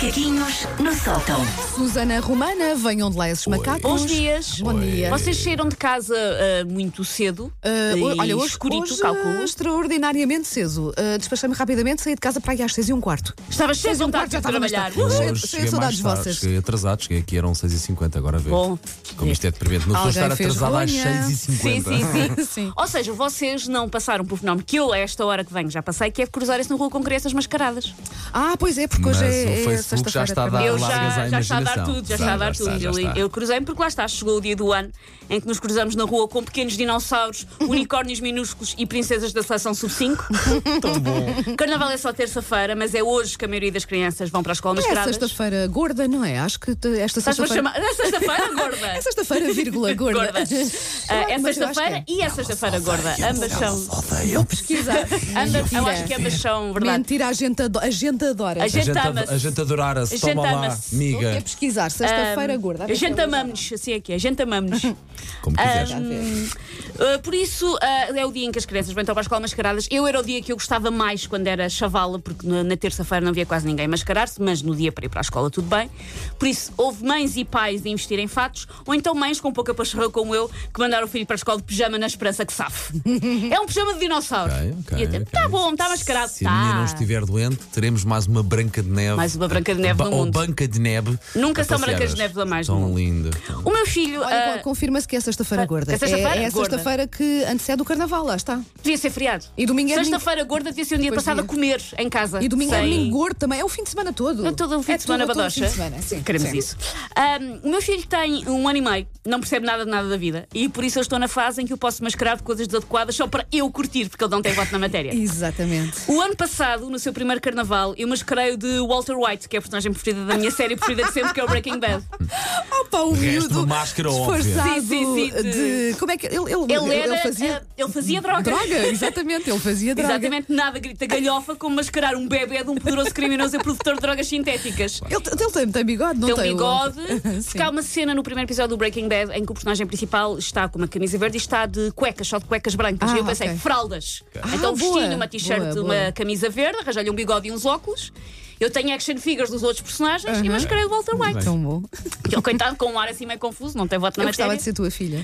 Macaquinhos no sótão. Susana Romana, venham de lá esses macacos. Bons dias. Bom dia. Vocês saíram de casa muito cedo? Olha, hoje, escurito, hoje calculo. extraordinariamente cedo. Despachei-me rapidamente, saí de casa para aí às 6h15. Estavas cheio de 6h15 vontade de trabalhar. Hoje Cheio de saudades mais tarde, vossas. cheguei atrasado, cheguei aqui, eram 6h50, agora a ver. Bom. Como isto é de prever, não estou a Alguém estar fez atrasado às ronha. 6h50. Sim. Sim. Ou seja, vocês não passaram por um fenómeno que eu, a esta hora que venho, já passei, que é cruzarem-se na rua com crianças mascaradas. Pois é, porque Mas hoje o é Facebook sexta-feira. já está a de dar trabalho. Eu largas à já está a dar imaginação. tudo, já está a dar tudo. Eu cruzei-me porque lá está, chegou o dia do ano em que nos cruzamos na rua com pequenos dinossauros, unicórnios minúsculos e princesas da seleção sub-5. Tão bom. Carnaval é só terça-feira, mas é hoje que a maioria das crianças vão para a escola É mascaradas. sexta-feira gorda, não é? Acho que esta Estás para sexta-feira. chamar? É sexta-feira, gorda. É sexta-feira, vírgula, gorda. Gorda. É Mas eu acho sexta-feira que e é sexta-feira gorda. Ambas são. Vou pesquisar. Eu acho que ambas são verdade. Mentira, a gente adora. A gente ama-se. A gente adorara-se, A gente toma lá, ama-se. Vou amiga. pesquisar, sexta-feira gorda. A gente amamos-nos, assim é que é. A gente amamos-nos. Como quiseres. Por isso, é o dia em que as crianças vão então para a escola mascaradas. Eu era o dia que eu gostava mais quando era chavala, porque na terça-feira não havia quase ninguém mascarar-se, mas no dia para ir para a escola tudo bem. Por isso, houve mães e pais a investir em fatos, ou então mães com pouca pacharrão como eu, que mandaram o filho para a escola de pijama na esperança que safe. É um pijama de dinossauro. E eu digo, tá bom, está mascarado. Se a minha não estiver doente, teremos mais uma Branca de Neve. Mais uma Branca de Neve no Ou mundo. Banca de Neve. Nunca a são passear. Brancas de Neve a mais no Tão mundo. linda. O meu filho Olha, confirma-se que é sexta-feira gorda. É sexta-feira é gorda. sexta-feira que antecede o carnaval, lá está. devia ser feriado. E domingo é domingo. Sexta-feira gorda devia ser um dia Pois passado a é. comer em casa. E domingo é sem- domingo gordo também. É o fim de semana todo. É todo o fim de semana todo o fim badocha. de semana, sim. Queremos Sim. isso. O meu filho tem 1 ano e meio, não percebe nada de nada da vida. E por isso eu estou na fase em que eu posso mascarar de coisas desadequadas só para eu curtir, porque ele não tem voto na matéria. Exatamente. O ano passado, no seu primeiro carnaval, eu mascarei-o de Walter White, que é a personagem preferida da minha série preferida de sempre, que é o Breaking Bad. Opa, o Resto miúdo de máscara óbvia. disfarçado Sim, de... Como é que... Ele fazia droga. Droga, exatamente. Ele fazia droga. Exatamente, nada grita galhofa como mascarar um bebê de um poderoso criminoso e produtor de drogas sintéticas. Ele tem bigode, não Tem tem? um bigode, Sim. porque há uma cena no primeiro episódio do Breaking Bad em que o personagem principal está com uma camisa verde e está de cuecas, só de cuecas brancas. E eu pensei, ok. fraldas. Então boa, vesti-lhe uma t-shirt, boa, uma boa. camisa verde, arranjei-lhe um bigode e uns óculos. Eu tenho action figures dos outros personagens e mascarei o Walter White. Tão bom. Ele, coitado, com um ar assim meio confuso, não tem voto na Eu gostava matéria. de ser tua filha.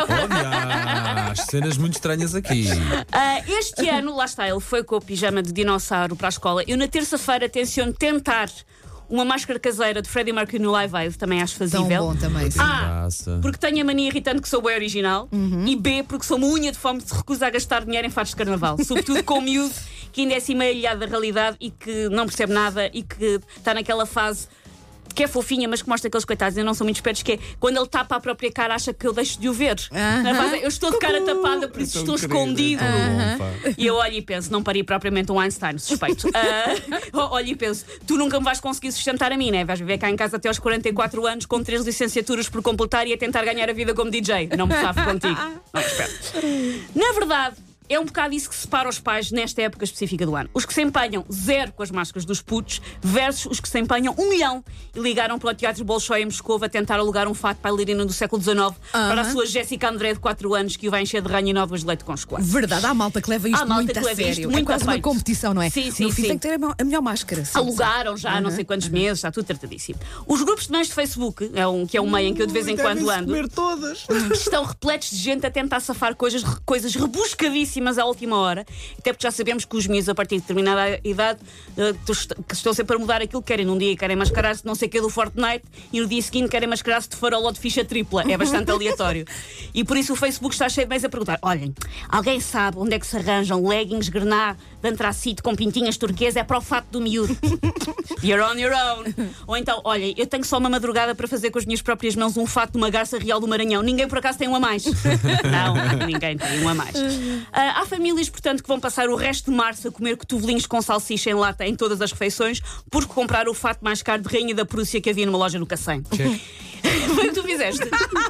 Olha, as cenas muito estranhas aqui. Este ano, lá está, ele foi com o pijama de dinossauro para a escola. Eu na terça-feira tenciono tentar uma máscara caseira de Freddie Mercury no Live Aid, também acho Tão fazível. bom também. Sim. Graça. Porque tenho a mania irritante que sou bem original. E B, porque sou uma unha de fome que se recusa a gastar dinheiro em fatos de carnaval. Sobretudo com o miúdo que ainda é assim meio ilhado da realidade e que não percebe nada e que está naquela fase que é fofinha, mas que mostra aqueles coitados, eu não sou muito espertos, que é quando ele tapa a própria cara, acha que eu deixo de o ver. Na fase, eu estou de cara tapada, por isso estou escondido. E eu olho e penso, não parei propriamente um Einstein, suspeito. Olho e penso, tu nunca me vais conseguir sustentar a mim, né? Vais viver cá em casa até aos 44 anos com 3 licenciaturas por completar e a tentar ganhar a vida como DJ. Não me safo contigo. Não me espero. Na verdade, é um bocado isso que separa os pais nesta época específica do ano. Os que se empenham 0 com as máscaras dos putos versus os que se empenham 1 milhão e ligaram para o Teatro Bolshoi em Moscou a tentar alugar um fato para a bailarina do século XIX para a sua Jéssica André de 4 anos que o vai encher de ranho e novas de leite com chocolate. Verdade, há malta que leva isto Há malta muito que a leva isto sério. muito É quase a uma peito. competição, não é? Sim, No fim sim. tem que ter a melhor máscara. Sim, Alugaram já há não sei quantos meses, está tudo tratadíssimo. Os grupos de mães de Facebook, que é um meio em que eu de vez em quando ando, comer todas. estão repletos de gente a tentar safar coisas rebuscadíssimas à última hora, até porque já sabemos que os miúdos a partir de determinada idade que estão sempre a mudar aquilo que querem. Num dia querem mascarar-se de não sei o que do Fortnite e no dia seguinte querem mascarar-se de farol ou de ficha tripla. É bastante aleatório. E por isso o Facebook está cheio de meios a perguntar: olhem, alguém sabe onde é que se arranjam leggings grená de antracite com pintinhas turquesa? É para o fato do miúdo. You're on your own. Ou então, olhem, eu tenho só uma madrugada para fazer com as minhas próprias mãos um fato de uma garça real do Maranhão. Ninguém por acaso tem um a mais. Não, ninguém tem um a mais. Há famílias, portanto, que vão passar o resto de março a comer cotovelinhos com salsicha em lata em todas as refeições porque compraram o fato mais caro de rainha da Prússia que havia numa loja no Cacém. Foi o que tu fizeste.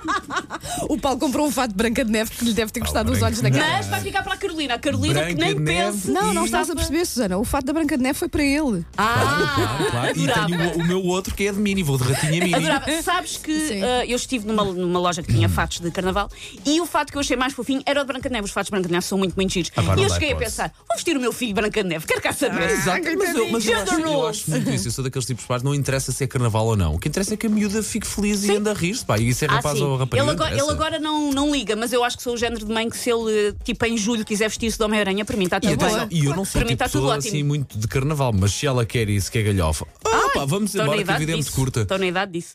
O Paulo comprou um fato de Branca de Neve que lhe deve ter gostado dos olhos da cara. Mas vai ficar para a Carolina. A Carolina Branca que nem de Neve pensa. Não estás a perceber, Susana. O fato da Branca de Neve foi para ele. Claro. E adorava. tenho o meu outro que é de mini, vou de ratinha mini. Adorava. Sabes que Sim. eu estive numa loja que tinha fatos de carnaval e o fato que eu achei mais fofinho era o de Branca de Neve. Os fatos de Branca de Neve são muito, muito giros. pá, não E eu dá cheguei a hipótese. pensar: vou vestir o meu filho Branca de Neve, quero cá saber. Exato, mas eu Gender acho muito isso. Eu sou daqueles tipos de pais, não interessa se é carnaval ou não. O que interessa é que a miúda fique feliz e anda a rir-se. Pá, e isso é rapaz sim. ou rapariga. Ele agora não liga, mas eu acho que sou o género de mãe que se ele, tipo, em julho quiser vestir-se de Homem-Aranha, para mim está tudo bem. E eu não sou Para mim tipo está tudo pessoa ótimo. assim muito de carnaval, mas se ela quer isso, que é galhofa, pá, vamos Estou na embora que a idade vida é muito disso. curta. Estou na idade disso.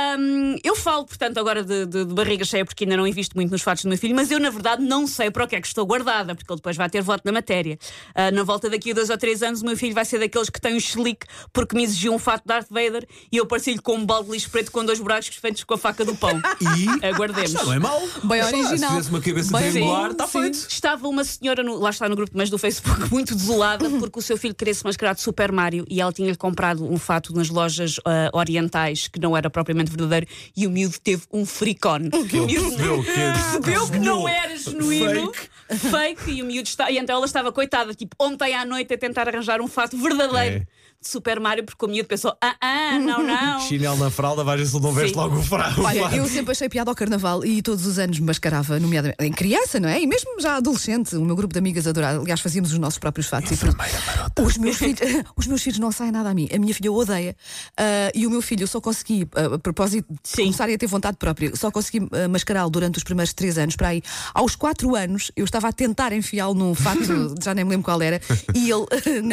Eu falo, portanto, agora de barriga cheia, porque ainda não invisto muito nos fatos do meu filho, mas eu, na verdade, não sei para o que é que estou guardada, porque ele depois vai ter voto na matéria. Na volta daqui a 2 ou 3 anos, o meu filho vai ser daqueles que tem um chilique porque me exigiu um fato de Darth Vader e eu pareci-lhe com um balde de lixo preto com 2 buracos feitos com a faca do pão. E Aguardemos. não é mau. Bem Pá, original. Se tivesse uma cabeça Bem triangular, sim, está sim. feito. Estava uma senhora, lá está no grupo, mas do Facebook, muito desolada porque o seu filho queria se mascarar de Super Mario e ela tinha-lhe comprado um fato nas lojas orientais que não era propriamente verdadeiro e o miúdo teve um fricone. Que ele percebeu que Percebeu que não era genuíno, fake, e o miúdo e então ela estava coitada, tipo, ontem à noite a tentar arranjar um fato verdadeiro de Super Mario, porque o miúdo pensou: não. Chinelo na fralda, vais ver se ele não veste Sim. logo o fraco. Olha, eu sempre achei piada ao carnaval e todos os anos me mascarava, nomeadamente em criança, não é? E mesmo já adolescente, o meu grupo de amigas adorava. Aliás, fazíamos os nossos próprios fatos. E tudo. Os meus filhos não saem nada a mim. A minha filha odeia. E o meu filho, eu só consegui, a propósito de Sim. começarem a ter vontade própria, só consegui mascará-lo durante os primeiros 3 anos. Para aí, aos 4 anos, eu estava a tentar enfiá-lo num fato, já nem me lembro qual era, e ele,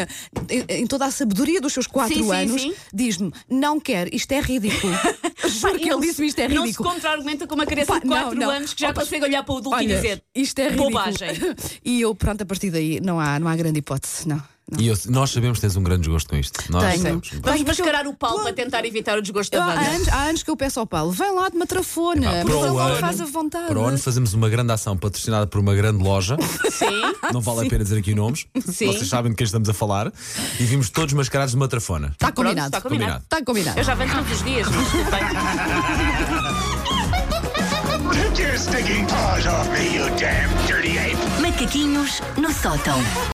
em toda a sabedoria dos seus 4 Sim, anos, sim. diz-me: não quero, isto é ridículo. Juro que ele disse-me: isto é Não se ridículo. contra-argumenta com uma criança Pá, de 4 não. anos que já Opa, consegue olhar para o adulto e Olha, dizer: isto é ridículo. bobagem. E eu, pronto, a partir daí não há grande hipótese, não. E nós sabemos que tens um grande desgosto com isto. Nós Tenho. sabemos. Vamos mascarar o Paulo para tentar evitar o desgosto da banda. Há anos que eu peço ao Paulo: vem lá de matrafona, Para mas o ele ano- faz a vontade. Para o ano fazemos uma grande ação patrocinada por uma grande loja. Sim. Não vale a pena dizer aqui nomes. Sim. Vocês sabem de quem estamos a falar. E vimos todos mascarados de matrafona. Está combinado. Está combinado. Está combinado. Eu já venho todos os dias, mas tudo bem. Take your stinking paws off me, you damn dirty ape! Macaquinhos no sótão.